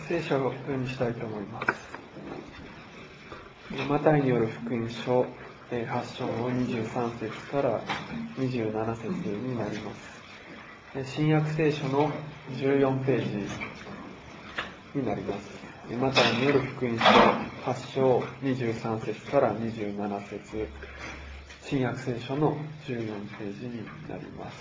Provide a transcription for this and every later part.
聖書を読みしたいと思います。マタイによる福音書8章の23節から27節になります。新約聖書の14ページになります。マタイによる福音書8章23節から27節、新約聖書の14ページになります。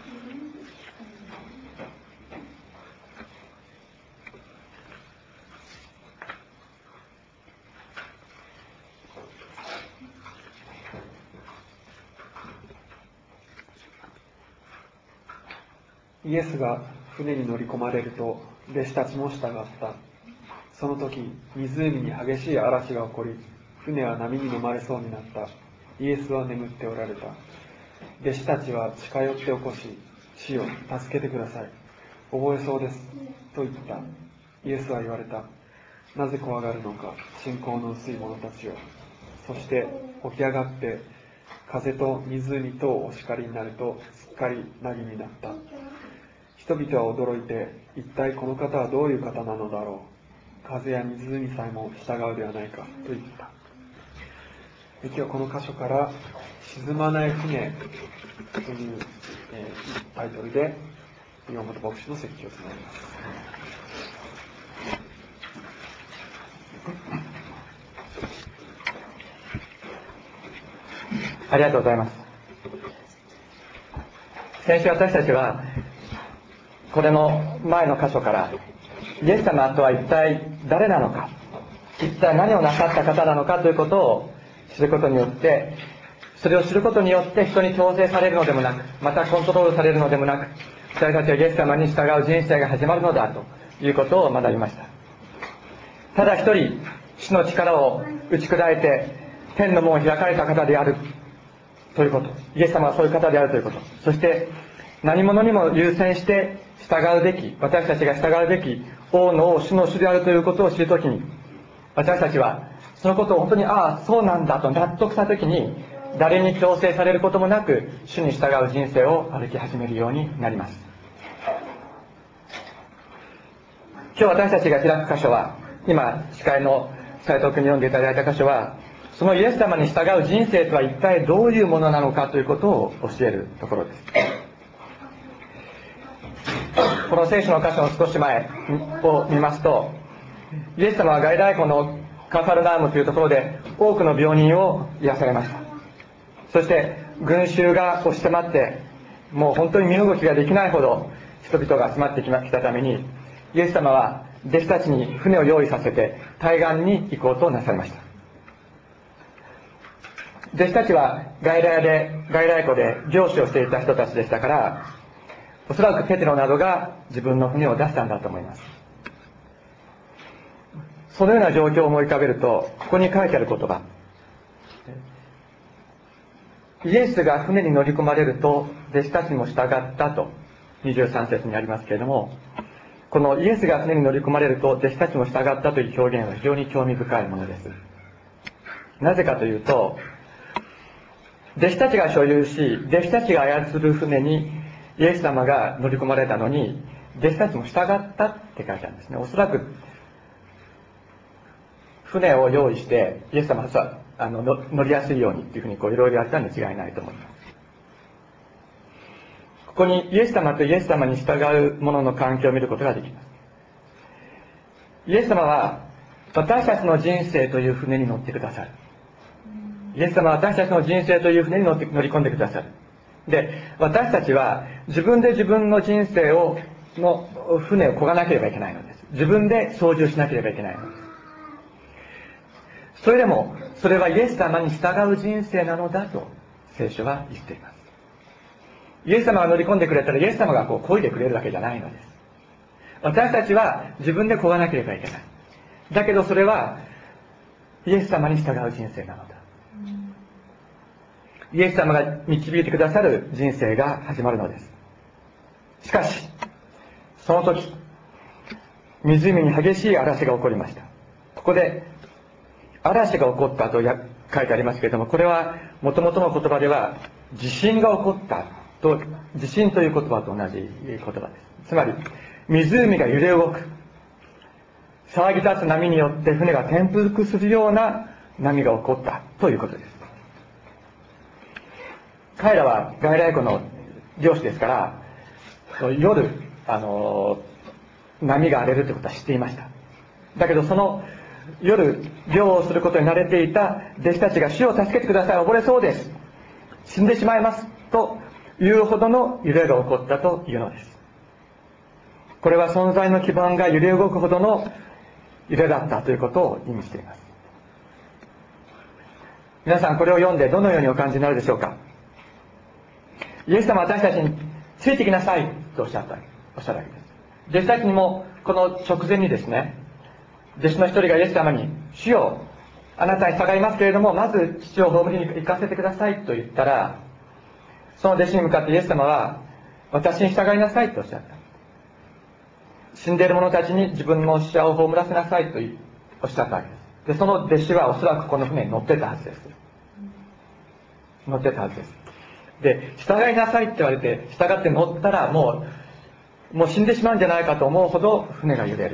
イエスが船に乗り込まれると弟子たちも従った。その時湖に激しい嵐が起こり、船は波に飲まれそうになった。イエスは眠っておられた。弟子たちは近寄って起こし、主よ助けてください、溺れそうですと言った。イエスは言われた。なぜ怖がるのか、信仰の薄い者たちよ。そして起き上がって風と湖とお叱りになると、すっかり凪になった。人々は驚いて、一体この方はどういう方なのだろう、風や湖さえも従うではないかと言った。今日はこの箇所から沈まない船という、タイトルで岩本牧師の説教となります。 ありがとうございます。先週私たちはこれの前の箇所からイエス様とは一体誰なのか、一体何をなさった方なのかということを知ることによって、それを知ることによって人に強制されるのでもなく、またコントロールされるのでもなく、私たちはイエス様に従う人生が始まるのだということを学びました。ただ一人主の力を打ち砕いて天の門を開かれた方であるということ、イエス様はそういう方であるということ、そして何者にも優先して従うべき、私たちが従うべき王の王、主の主であるということを知るときに、私たちはそのことを本当にそうなんだと納得したときに、誰に強制されることもなく主に従う人生を歩き始めるようになります。今日私たちが開く箇所は、今司会の斉藤君に読んでいただいた箇所は、そのイエス様に従う人生とは一体どういうものなのかということを教えるところです。この聖書の箇所の少し前を見ますと、イエス様はガリラヤ湖のカファルナームというところで多くの病人を癒されました。そして群衆が押し迫って、もう本当に身動きができないほど人々が集まってきたために、イエス様は弟子たちに船を用意させて対岸に行こうとなされました。弟子たちはガリラヤ湖で漁師をしていた人たちでしたから、おそらくペテロなどが自分の船を出したんだと思います。そのような状況を思い浮かべると、ここに書いてある言葉、イエスが船に乗り込まれると弟子たちも従ったと23節にありますけれども、このイエスが船に乗り込まれると弟子たちも従ったという表現は非常に興味深いものです。なぜかというと、弟子たちが所有し、弟子たちが操る船にイエス様が乗り込まれたのに、弟子たちも従ったって書いてあるんですね。おそらく船を用意してイエス様が乗りやすいようにっていうふうにいろいろやったに違いないと思います。ここにイエス様とイエス様に従う者の関係を見ることができます。イエス様は私たちの人生という船に乗ってくださる。イエス様は私たちの人生という船に乗り込んでくださる。で、私たちは自分で自分の人生の船を漕がなければいけないのです。自分で操縦しなければいけないのです。それでもそれはイエス様に従う人生なのだと聖書は言っています。イエス様が乗り込んでくれたらイエス様が漕いでくれるわけじゃないのです。私たちは自分で漕がなければいけない。だけどそれはイエス様に従う人生なのだ。イエス様が導いてくださる人生が始まるのです。しかしその時、湖に激しい嵐が起こりました。ここで嵐が起こったと書いてありますけれども、これは元々の言葉では地震が起こったと、地震という言葉と同じ言葉です。つまり湖が揺れ動く、 騒ぎ立つ波によって船が転覆するような波が起こったということです。彼らは外来湖の漁師ですから、夜波が荒れるということは知っていました。だけどその夜漁をすることに慣れていた弟子たちが、主を助けてください、溺れそうです、死んでしまいますというほどの揺れが起こったというのです。これは存在の基盤が揺れ動くほどの揺れだったということを意味しています。皆さん、これを読んでどのようにお感じになるでしょうか。イエス様は私たちについてきなさいとおっしゃるわけです。弟子たちにもこの直前にですね、弟子の一人がイエス様に、主よ、あなたに従いますけれども、まず父を葬りに行かせてくださいと言ったら、その弟子に向かってイエス様は、私に従いなさいとおっしゃった。死んでいる者たちに自分の死者を葬らせなさいとおっしゃったわけです。で、その弟子はおそらくこの船に乗ってたはずです。乗ってたはずです。で、従いなさいって言われて、従って乗ったらもう死んでしまうんじゃないかと思うほど船が揺れる。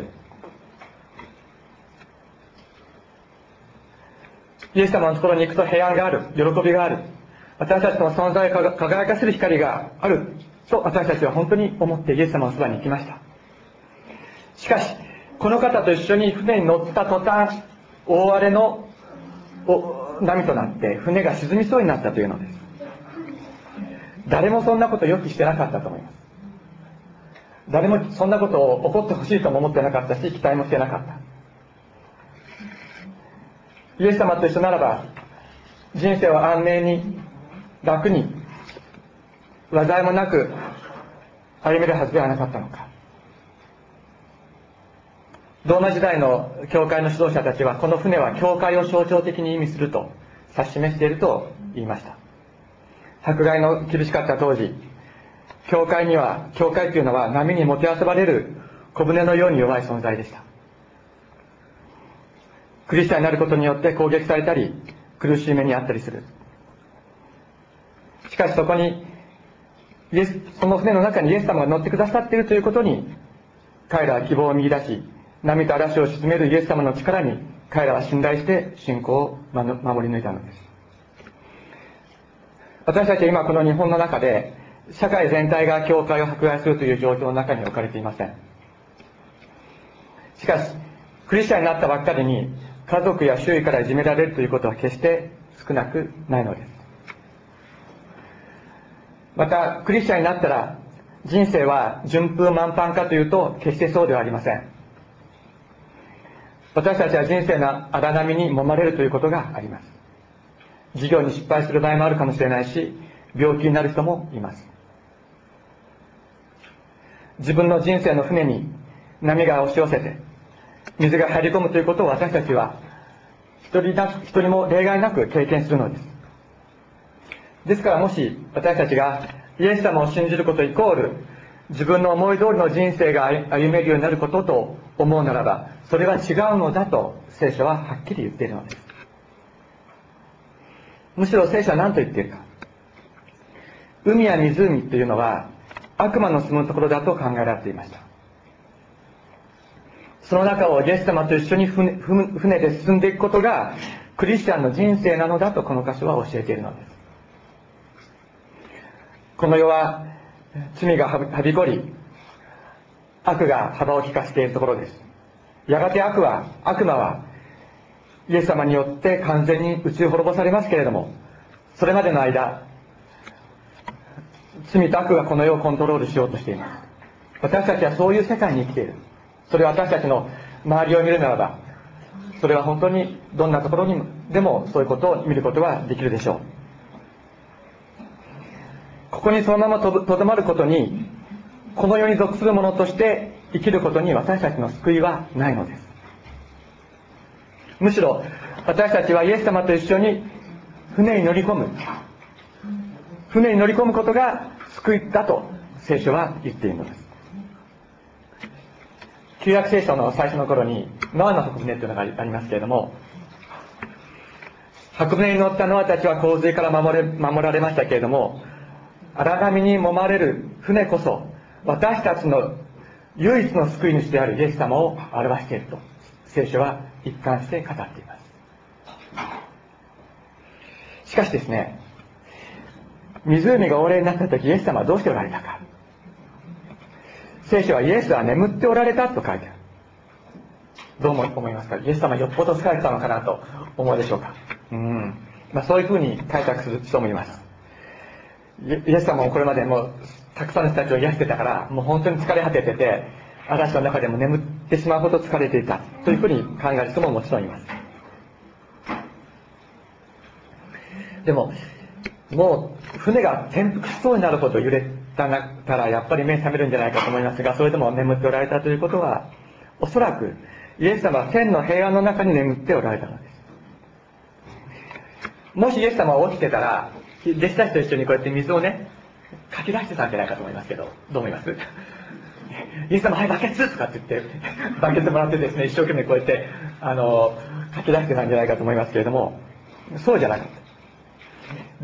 イエス様のところに行くと平安がある、喜びがある、私たちの存在を輝かせる光があると私たちは本当に思ってイエス様のそばに行きました。しかしこの方と一緒に船に乗った途端、大荒れの波となって船が沈みそうになったというのです。誰もそんなことを予期してなかったと思います。誰もそんなことを起こってほしいとも思ってなかったし、期待もしてなかった。イエス様と一緒ならば人生を安寧に楽に災いもなく歩めるはずではなかったのか。ローマ時代の教会の指導者たちは、この船は教会を象徴的に意味すると指し示していると言いました。迫害の厳しかった当時、教会というのは波にもてあそばれる小舟のように弱い存在でした。クリスチャンになることによって攻撃されたり苦しい目にあったりする。しかしそこにその船の中にイエス様が乗ってくださっているということに彼らは希望を見出し、波と嵐を鎮めるイエス様の力に彼らは信頼して信仰を守り抜いたのです。私たちは今この日本の中で社会全体が教会を迫害するという状況の中に置かれていません。しかしクリスチャンになったばっかりに家族や周囲からいじめられるということは決して少なくないのです。またクリスチャンになったら人生は順風満帆かというと決してそうではありません。私たちは人生の荒波に揉まれるということがあります。事業に失敗する場合もあるかもしれないし、病気になる人もいます。自分の人生の船に波が押し寄せて水が入り込むということを私たちは一人も例外なく経験するのです。ですからもし私たちがイエス様を信じることイコール自分の思い通りの人生が歩めるようになることと思うならば、それは違うのだと聖書ははっきり言っているのです。むしろ聖書は何と言っているか。海や湖というのは悪魔の住むところだと考えられていました。その中をイエス様と一緒に船で進んでいくことがクリスチャンの人生なのだとこの箇所は教えているのです。この世は罪がはびこり悪が幅を利かせているところです。やがて悪魔はイエス様によって完全に打ち滅ぼされますけれども、それまでの間罪と悪がこの世をコントロールしようとしています。私たちはそういう世界に生きている。それは私たちの周りを見るならば、それは本当にどんなところにでもそういうことを見ることができるでしょう。ここにそのままとどまることに、この世に属する者として生きることに私たちの救いはないのです。むしろ私たちはイエス様と一緒に船に乗り込むことが救いだと聖書は言っているのです。旧約聖書の最初の頃にノアの箱舟というのがありますけれども、箱舟に乗ったノアたちは洪水から守られましたけれども、荒波に揉まれる船こそ私たちの唯一の救い主であるイエス様を表していると聖書は一貫して語っています。しかしですね、湖がおれになった時、イエス様はどうしておられたか。聖書はイエスは眠っておられたと書いてある。どう思いますか。イエス様よっぽど疲れてたのかなと思うでしょうか。そういうふうに解釈する人もいます。イエス様もこれまでもうたくさんの人たちを癒してたから、もう本当に疲れ果ててて、嵐の中でも眠ってしまうほど疲れていたというふうに考える人ももちろんいます。でももう船が転覆しそうになるほど揺れたらやっぱり目覚めるんじゃないかと思いますが、それでも眠っておられたということは、おそらくイエス様は天の平安の中に眠っておられたのです。もしイエス様が起きてたら、弟子たちと一緒にこうやって水をね、かき出してたんじゃないかと思いますけど、どう思います？イエス様、はい、バケツとかって言って、バケツもらってですね、一生懸命こうやって、かき出してたんじゃないかと思いますけれども、そうじゃなかった。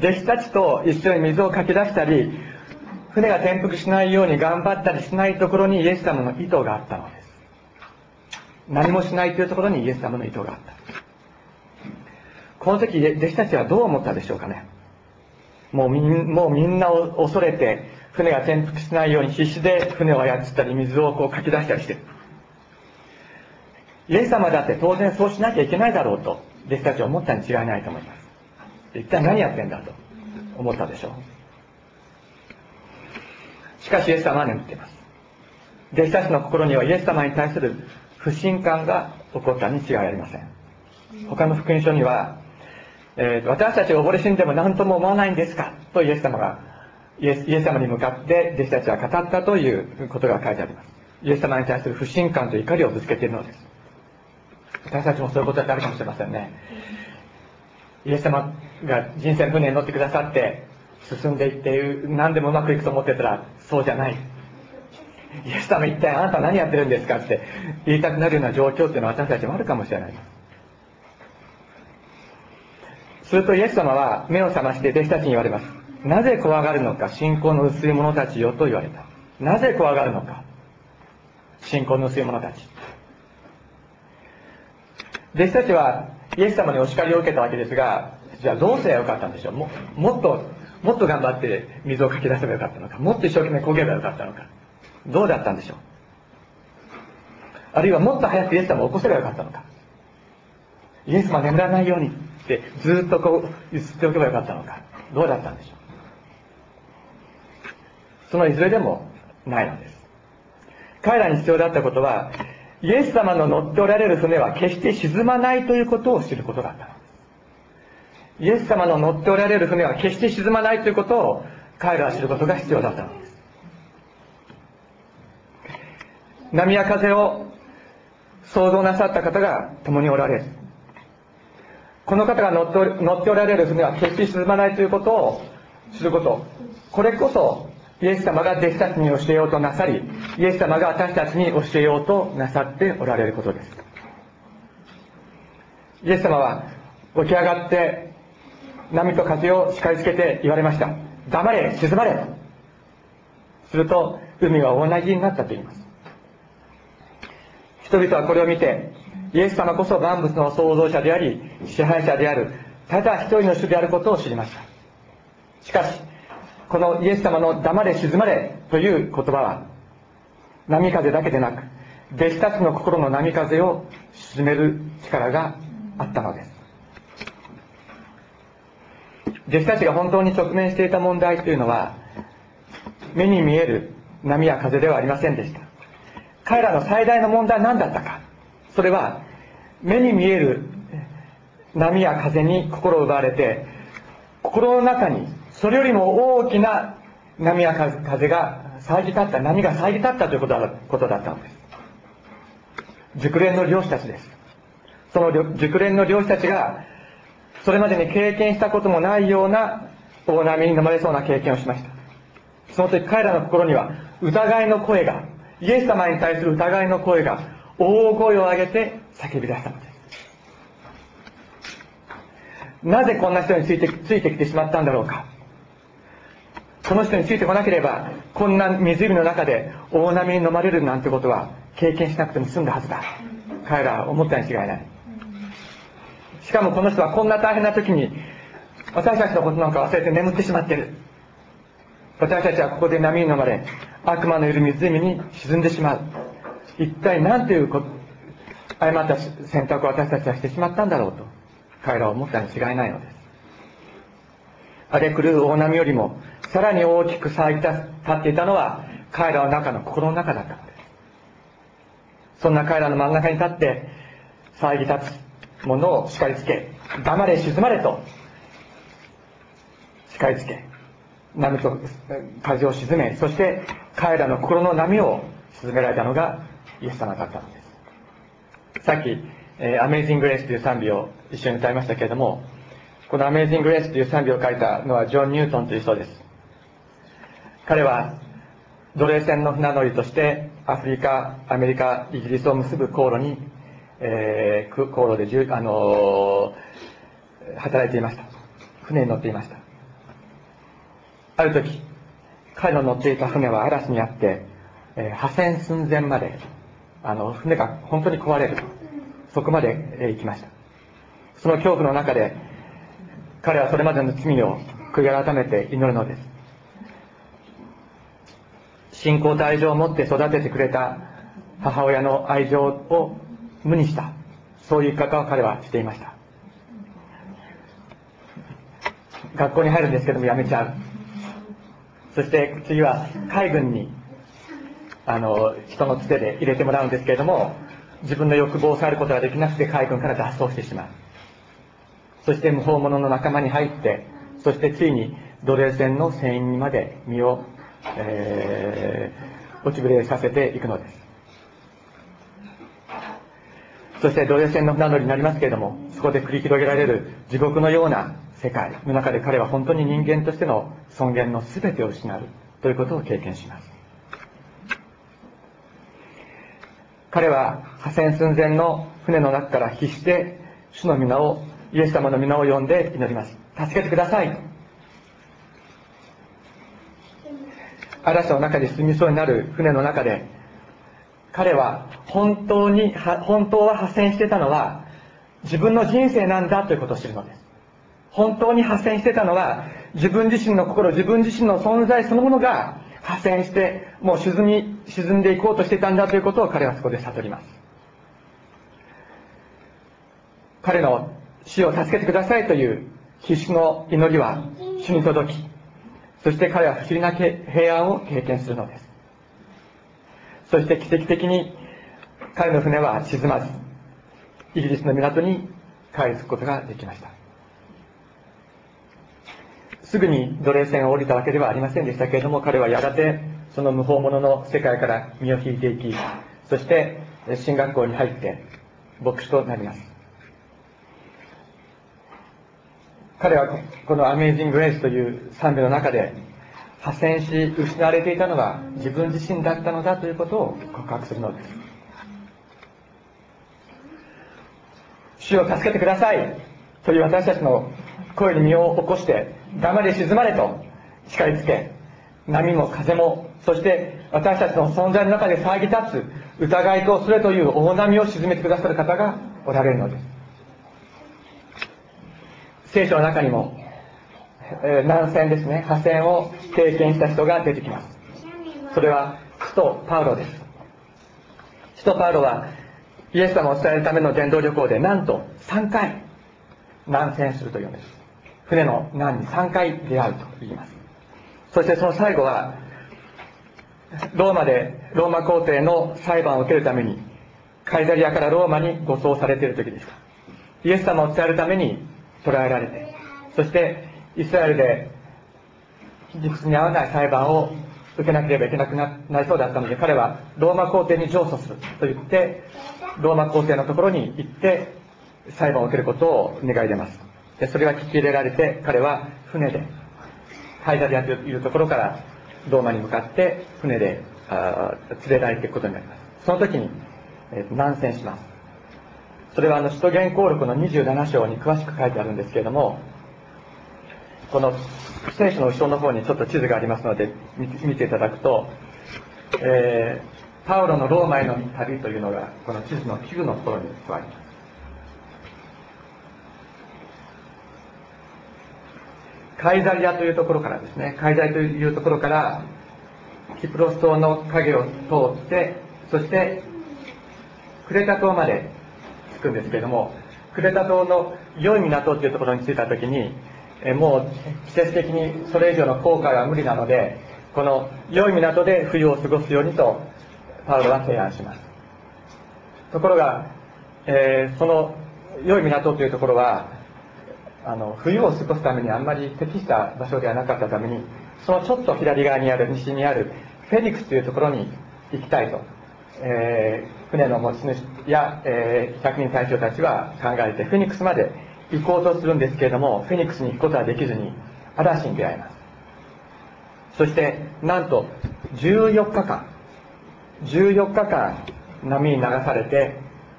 弟子たちと一緒に水をかき出したり、船が転覆しないように頑張ったりしないところにイエス様の意図があったのです。何もしないというところにイエス様の意図があった。この時、弟子たちはどう思ったでしょうかね。もうみんなを恐れて、船が転覆しないように必死で船を操ったり、水をこうかき出したりしてる。イエス様だって当然そうしなきゃいけないだろうと、弟子たちは思ったに違いないと思います。一体何やってんだと思ったでしょう。しかしイエス様は眠っています。弟子たちの心にはイエス様に対する不信感が起こったに違いありません。他の福音書には、私たちが溺れ死んでも何とも思わないんですかとイエス様に向かって弟子たちは語ったということが書いてあります。イエス様に対する不信感と怒りをぶつけているのです。私たちもそういうことってあるかもしれませんね。イエス様が人生の船に乗ってくださって進んでいって何でもうまくいくと思ってたらそうじゃない。イエス様一体あなた何やってるんですかって言いたくなるような状況っていうのは私たちもあるかもしれない。するとイエス様は目を覚まして弟子たちに言われます。なぜ怖がるのか、信仰の薄い者たちよと言われた。なぜ怖がるのか、信仰の薄い者たち。弟子たちはイエス様にお叱りを受けたわけですが、じゃあどうすればよかったんでしょう。もっと頑張って水をかき出せばよかったのか、もっと一生懸命漕げばよかったのか、どうだったんでしょう。あるいはもっと早くイエス様を起こせばよかったのか、イエス様は眠らないようにってずっとこう揺すっておけばよかったのか、どうだったんでしょう。そのいずれでもないのです。彼らに必要だったことは、イエス様の乗っておられる船は決して沈まないということを知ることだったのです。イエス様の乗っておられる船は決して沈まないということを彼らは知ることが必要だったのです。波や風を創造なさった方が共におられる。この方が乗っておられる船は決して沈まないということを知ること、これこそイエス様が弟子たちに教えようとなさり、イエス様が私たちに教えようとなさっておられることです。イエス様は起き上がって波と風を叱りつけて言われました。黙れ、静まれ。すると海は大なぎになったと言います。人々はこれを見て、イエス様こそ万物の創造者であり支配者であるただ一人の主であることを知りました。しかしこのイエス様の黙れ静まれという言葉は、波風だけでなく弟子たちの心の波風を鎮める力があったのです。弟子たちが本当に直面していた問題というのは、目に見える波や風ではありませんでした。彼らの最大の問題は何だったか。それは目に見える波や風に心を奪われて、心の中にそれよりも大きな波や風が遮り立った、波が遮り立ったということだったのです。熟練の漁師たちです。その熟練の漁師たちがそれまでに経験したこともないような大波に飲まれそうな経験をしました。その時彼らの心には疑いの声が、イエス様に対する疑いの声が大声を上げて叫び出したのです。なぜこんな人についてきてしまったんだろうか。この人についてこなければこんな湖の中で大波に飲まれるなんてことは経験しなくても済んだはずだ。 彼らは思ったに違いない。しかもこの人はこんな大変な時に私たちのことなんか忘れて眠ってしまっている。私たちはここで波に飲まれ悪魔のいる湖に沈んでしまう。一体何という誤った選択を私たちはしてしまったんだろうと彼らは思ったに違いないのです。荒れ狂う大波よりもさらに大きく騒ぎ立っていたのは彼らの中の心の中だったのです。そんな彼らの真ん中に立って騒ぎ立つものを叱りつけ、黙れ静まれと叱りつけ、波と風を鎮め、そして彼らの心の波を鎮められたのがイエス様だったのです。さっきアメイジング・グレースという賛美を一緒に歌いましたけれども、このアメイジング・グレースという賛美を書いたのはジョン・ニュートンという人です。彼は奴隷船の船乗りとしてアフリカ、アメリカ、イギリスを結ぶ航路に、航路で働いていました。船に乗っていました。ある時彼の乗っていた船は嵐にあって、破船寸前まで船が本当に壊れる、そこまで、行きました。その恐怖の中で彼はそれまでの罪を悔い改めて祈るのです。信仰と愛情を持って育ててくれた母親の愛情を無にした、そういう生き方を彼はしていました。学校に入るんですけどもやめちゃう。そして次は海軍に人のつてで入れてもらうんですけれども、自分の欲望を抑えることができなくて海軍から脱走してしまう。そして無法者の仲間に入って、そしてついに奴隷船の船員にまで身を、落ちぶれさせていくのです。そして奴隷船の船乗りになりますけれども、そこで繰り広げられる地獄のような世界の中で彼は本当に人間としての尊厳の全てを失うということを経験します。彼は破船寸前の船の中から必死で主の皆を、イエス様の皆を呼んで祈ります。助けてください。嵐の中に進みそうになる船の中で彼は本当は破船してたのは自分の人生なんだということを知るのです。本当に破船してたのは自分自身の心、自分自身の存在そのものが破船してもう沈んでいこうとしていたんだということを彼はそこで悟ります。彼の死を助けてくださいという必死の祈りは主に届き、そして彼は不思議な平安を経験するのです。そして奇跡的に彼の船は沈まずイギリスの港に帰り着くことができました。すぐに奴隷船を降りたわけではありませんでしたけれども、彼はやがてその無法者の世界から身を引いていき、そして神学校に入って牧師となります。彼はこのアメイジング・グレースという賛美の中で破船し失われていたのは自分自身だったのだということを告白するのです。主を助けてくださいという私たちの声に身を起こして黙れ静まれと叱りつけ、波も風もそして私たちの存在の中で騒ぎ立つ疑いと恐れという大波を鎮めてくださる方がおられるのです。聖書の中にも難船ですね、破船を経験した人が出てきます。それは使徒パウロです。使徒パウロはイエス様を伝えるための伝道旅行でなんと3回難船するというんです。船の難に3回出会うと言います。そしてその最後はローマ皇帝の裁判を受けるためにカイザリアからローマに護送されている時でした。イエス様を伝えるために捕らえられて、そしてイスラエルで理屈に合わない裁判を受けなければいけなくなりそうだったので、彼はローマ皇帝に上訴すると言ってローマ皇帝のところに行って裁判を受けることを願い出ます。でそれが聞き入れられて、彼は船でカイザリアというところからローマに向かって船で連れられていくことになります。その時に、難船します。それは使徒言行録の27章に詳しく書いてあるんですけれども、この聖書の後ろの方にちょっと地図がありますので見ていただくと、 パウロのローマへの旅というのがこの地図の9のところに加わります。カイザリアというところからですね、カイザリアというところからキプロス島の影を通って、そしてクレタ島まで着くんですけれども、クレタ島の良い港というところに着いたときに、もう季節的にそれ以上の航海は無理なので、この良い港で冬を過ごすようにとパウロは提案します。ところが、その良い港というところは冬を過ごすためにあんまり適した場所ではなかったために、そのちょっと左側にある西にあるフェニックスというところに行きたいと、船の持ち主や、百人隊長たちは考えてフェニックスまで行こうとするんですけれども、フェニックスに行くことはできずに嵐に出会います。そしてなんと14日間波に流されて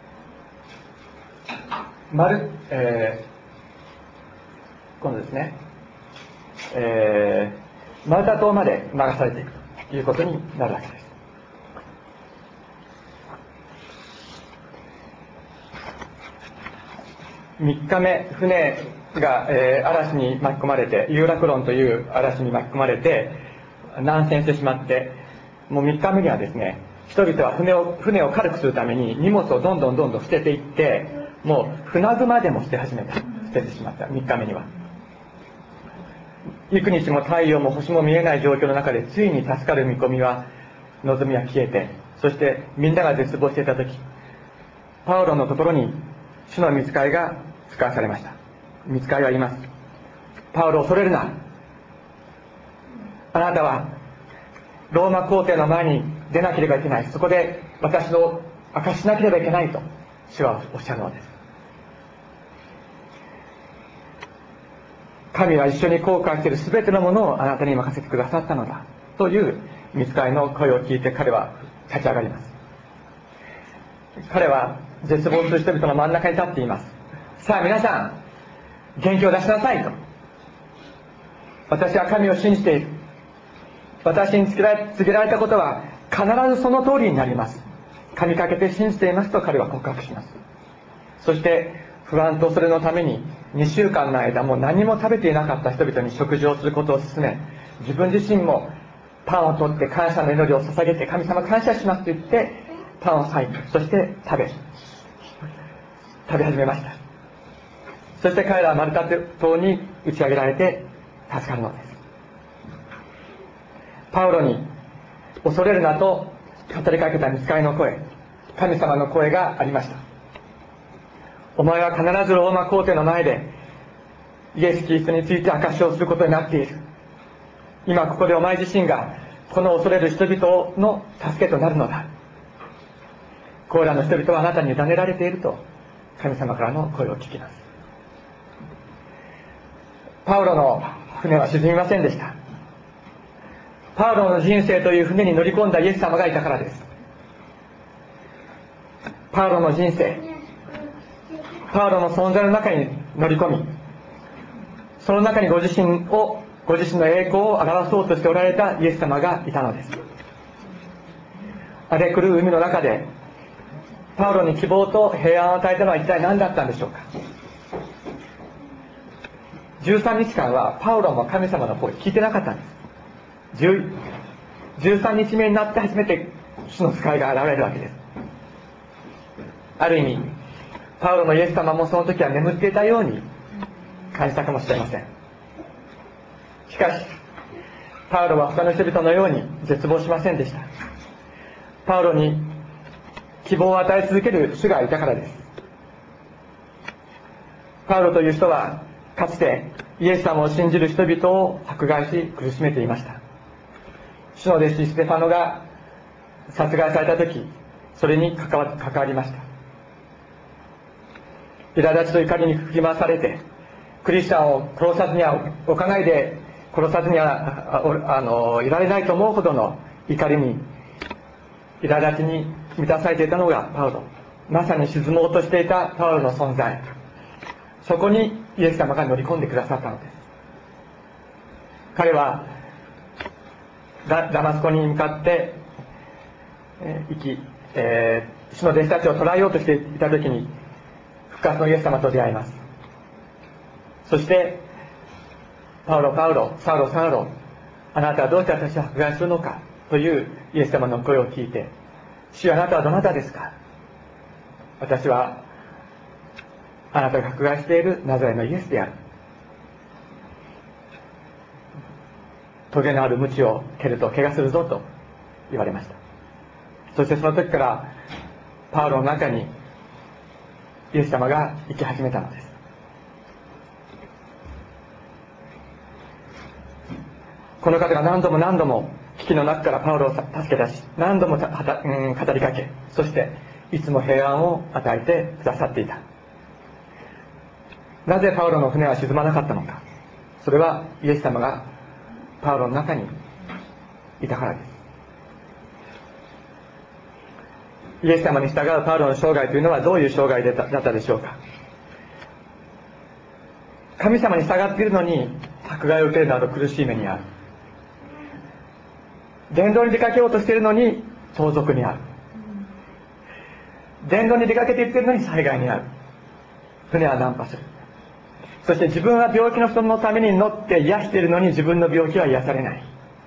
今度ですね、マルタ島まで流されていくということになるわけです。3日目、船が、嵐に巻き込まれて、ユーラクロンという嵐に巻き込まれて難戦してしまって、もう3日目にはですね、人々は船を軽くするために荷物をどんどん捨てていって、もう船熊でも捨ててしまった。3日目には幾日も太陽も星も見えない状況の中で、ついに助かる見込みは望みは消えて、そしてみんなが絶望していた時、パウロのところに主の御使いが使わされました。御使いは言います。パウロ、恐れるな。あなたはローマ皇帝の前に出なければいけない。そこで私の証ししなければいけないと主はおっしゃるのです。神は一緒に航海している全てのものをあなたに任せてくださったのだという御使いの声を聞いて、彼は立ち上がります。彼は絶望する人々の真ん中に立っています。さあ皆さん、元気を出しなさいと。私は神を信じている。私に告げられたことは必ずその通りになります。神かけて信じていますと彼は告白します。そして不安とそれのために2週間の間も何も食べていなかった人々に食事をすることを勧め、自分自身もパンを取って感謝の祈りを捧げて、神様感謝しますと言ってパンを裂いて、そして食べ始めました。そして彼らはマルタ島に打ち上げられて助かるのです。パウロに恐れるなと語りかけた御使いの声、神様の声がありました。お前は必ずローマ皇帝の前でイエス・キリストについて証しをすることになっている。今ここでお前自身がこの恐れる人々の助けとなるのだ。これらの人々はあなたに委ねられていると神様からの声を聞きます。パウロの船は沈みませんでした。パウロの人生という船に乗り込んだイエス様がいたからです。パウロの人生、パウロの存在の中に乗り込み、その中にご自身の栄光を表そうとしておられたイエス様がいたのです。荒れ狂う海の中でパウロに希望と平安を与えたのは一体何だったんでしょうか。13日間はパウロも神様の声を聞いてなかったんです。13日目になって初めて主の使いが現れるわけです。ある意味パウロのイエス様もその時は眠っていたように感じたかもしれません。しかしパウロは他の人々のように絶望しませんでした。パウロに希望を与え続ける主がいたからです。パウロという人はかつてイエス様を信じる人々を迫害し苦しめていました。主の弟子ステファノが殺害された時、それに関わりました。苛立ちと怒りに振り回されて、クリスチャンを殺さずにはおかないで、殺さずにはいられないと思うほどの怒りに苛立ちに満たされていたのがパウロ。まさに沈もうとしていたパウロの存在、そこにイエス様が乗り込んでくださったのです。彼はダマスコに向かって生き、主の弟子たちを捕らえようとしていた時に復活のイエス様と出会います。そしてパウロ、パウロ、サウロ、サウロ、あなたはどうして私を迫害するのかというイエス様の声を聞いて、主よ、あなたはどなたですか。私はあなたが迫害しているナザレのイエスである。トゲのある鞭を蹴ると怪我するぞと言われました。そしてその時からパウロの中にイエス様が生き始めたのです。この方が何度も何度も危機の中からパウロを助け出し、何度も語りかけ、そしていつも平安を与えてくださっていた。なぜパウロの船は沈まなかったのか。それはイエス様がパウロの中にいたからです。イエス様に従うパウロの生涯というのはどういう生涯だったでしょうか。神様に従っているのに迫害を受けるなど苦しい目に遭う。伝道に出かけようとしているのに盗賊に遭う。伝道に出かけていっているのに災害に遭う。船は難破する。そして自分は病気の人のために乗って癒しているのに自分の病気は癒されない。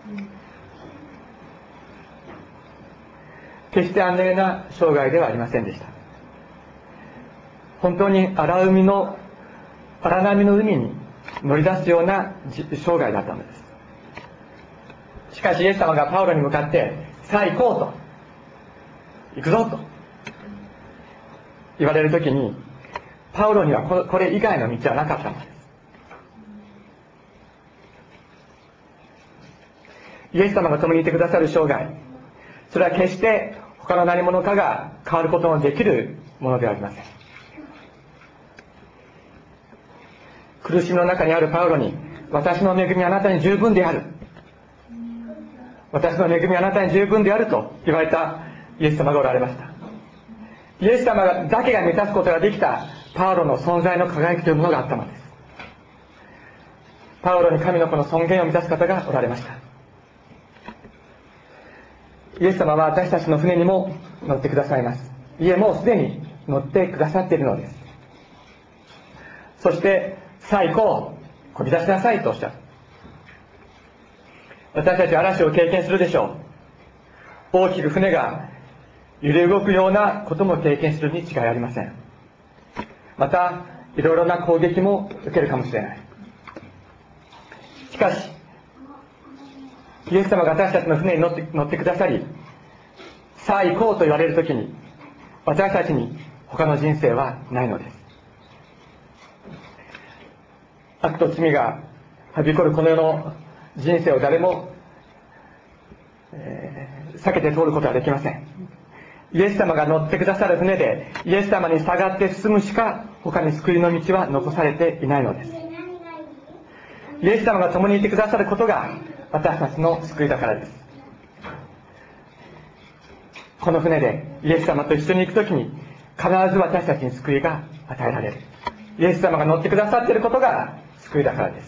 決して安寧な生涯ではありませんでした。本当に荒波の海に乗り出すような生涯だったのです。しかしイエス様がパウロに向かってさあ行こうと、行くぞと言われるときに、パウロにはこれ以外の道はなかったのです。イエス様が共にいてくださる生涯、それは決して他の何者かが変わることのできるものではありません。苦しみの中にあるパウロに、私の恵みはあなたに十分である、私の恵みはあなたに十分であると言われたイエス様がおられました。イエス様だけが満たすことができたパウロの存在の輝きというものがあったのです。パウロに神の子の尊厳を満たす方がおられました。イエス様は私たちの船にも乗ってくださいます。いえ、もうすでに乗ってくださっているのです。そしてさあ行こう、漕ぎ出しなさいとおっしゃる。私たちは嵐を経験するでしょう。大きく船が揺れ動くようなことも経験するに違いありません。またいろいろな攻撃も受けるかもしれない。しかしイエス様が私たちの船に乗ってくださり、さあ行こうと言われるときに、私たちに他の人生はないのです。悪と罪がはびこるこの世の人生を誰も、避けて通ることはできません。イエス様が乗ってくださる船でイエス様に従って進むしか他に救いの道は残されていないのです。イエス様が共にいてくださることが私たちの救いだからです。この船でイエス様と一緒に行くときに必ず私たちに救いが与えられる。イエス様が乗ってくださっていることが救いだからです。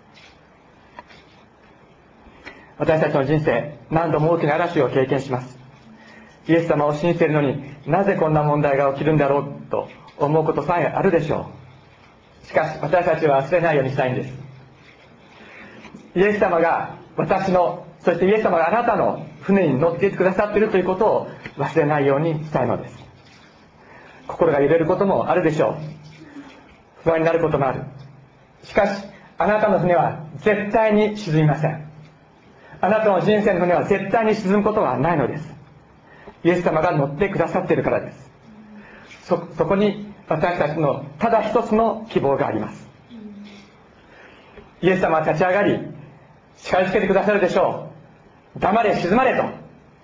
私たちの人生、何度も大きな嵐を経験します。イエス様を信じているのになぜこんな問題が起きるんだろうと思うことさえあるでしょう。しかし私たちは忘れないようにしたいんです。イエス様が私の、そしてイエス様があなたの船に乗っていてくださっているということを忘れないようにしたいのです。心が揺れることもあるでしょう。不安になることもある。しかしあなたの船は絶対に沈みません。あなたの人生の船は絶対に沈むことはないのです。イエス様が乗ってくださっているからです。そこに私たちのただ一つの希望があります。イエス様は立ち上がり叱りつけてくださるでしょう。黙れ、静まれと。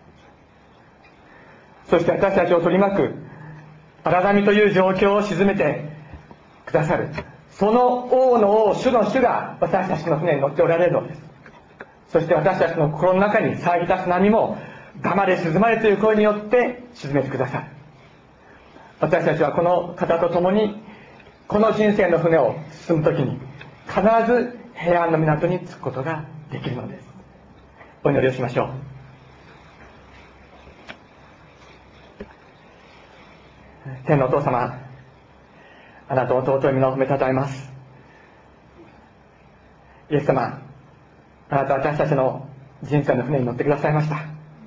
そして私たちを取り巻く荒波という状況を鎮めてくださる、その王の王、主の主が私たちの船に乗っておられるのです。そして私たちの心の中に騒ぎ立つ波も黙れ、静まれという声によって鎮めてくださる。私たちはこの方と共にこの人生の船を進むときに必ず平安の港に着くことができるのです。お祈りをしましょう。 天のお父様、あなたの尊い皆を褒めたたえます。イエス様、あなたは私たちの人生の船に乗ってくださいました。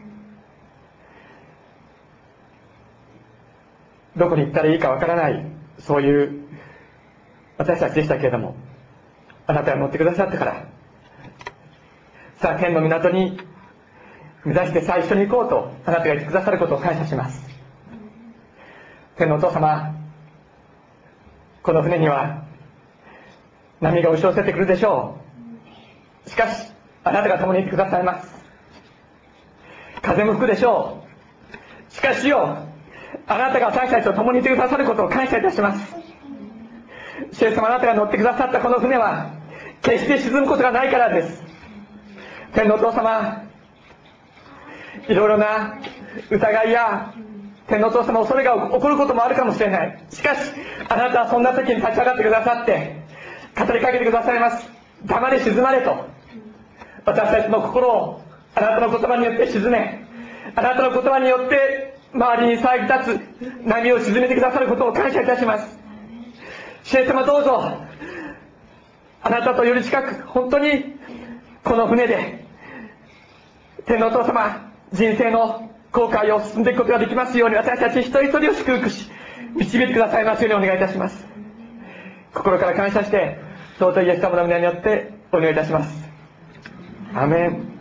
どこに行ったらいいかわからない、そういう私たちでしたけれども、あなたが乗ってくださってから、さあ天の港に目指してさあ一緒に行こうとあなたが言ってくださることを感謝します。天のお父様、この船には波が押し寄せてくるでしょう。しかしあなたが共にいてくださいます。風も吹くでしょう。しかしよ、あなたが私たちと共にいてくださることを感謝いたします。主イエス様、あなたが乗ってくださったこの船は決して沈むことがないからです。天のお父様、いろいろな疑いや天のお父様、恐れが起こることもあるかもしれない。しかしあなたはそんな時に立ち上がってくださって語りかけてくださいます。黙れ静まれと。私たちの心をあなたの言葉によって沈め、あなたの言葉によって周りに騒ぎ立つ波を沈めてくださることを感謝いたします。主イエス様、どうぞあなたとより近く、本当にこの船で天のお父様、人生の航海を進んでいくことができますように、私たち一人一人を祝福し導いてくださいますようにお願いいたします。心から感謝して尊いイエス様の皆によってお願いいたします。アーメン。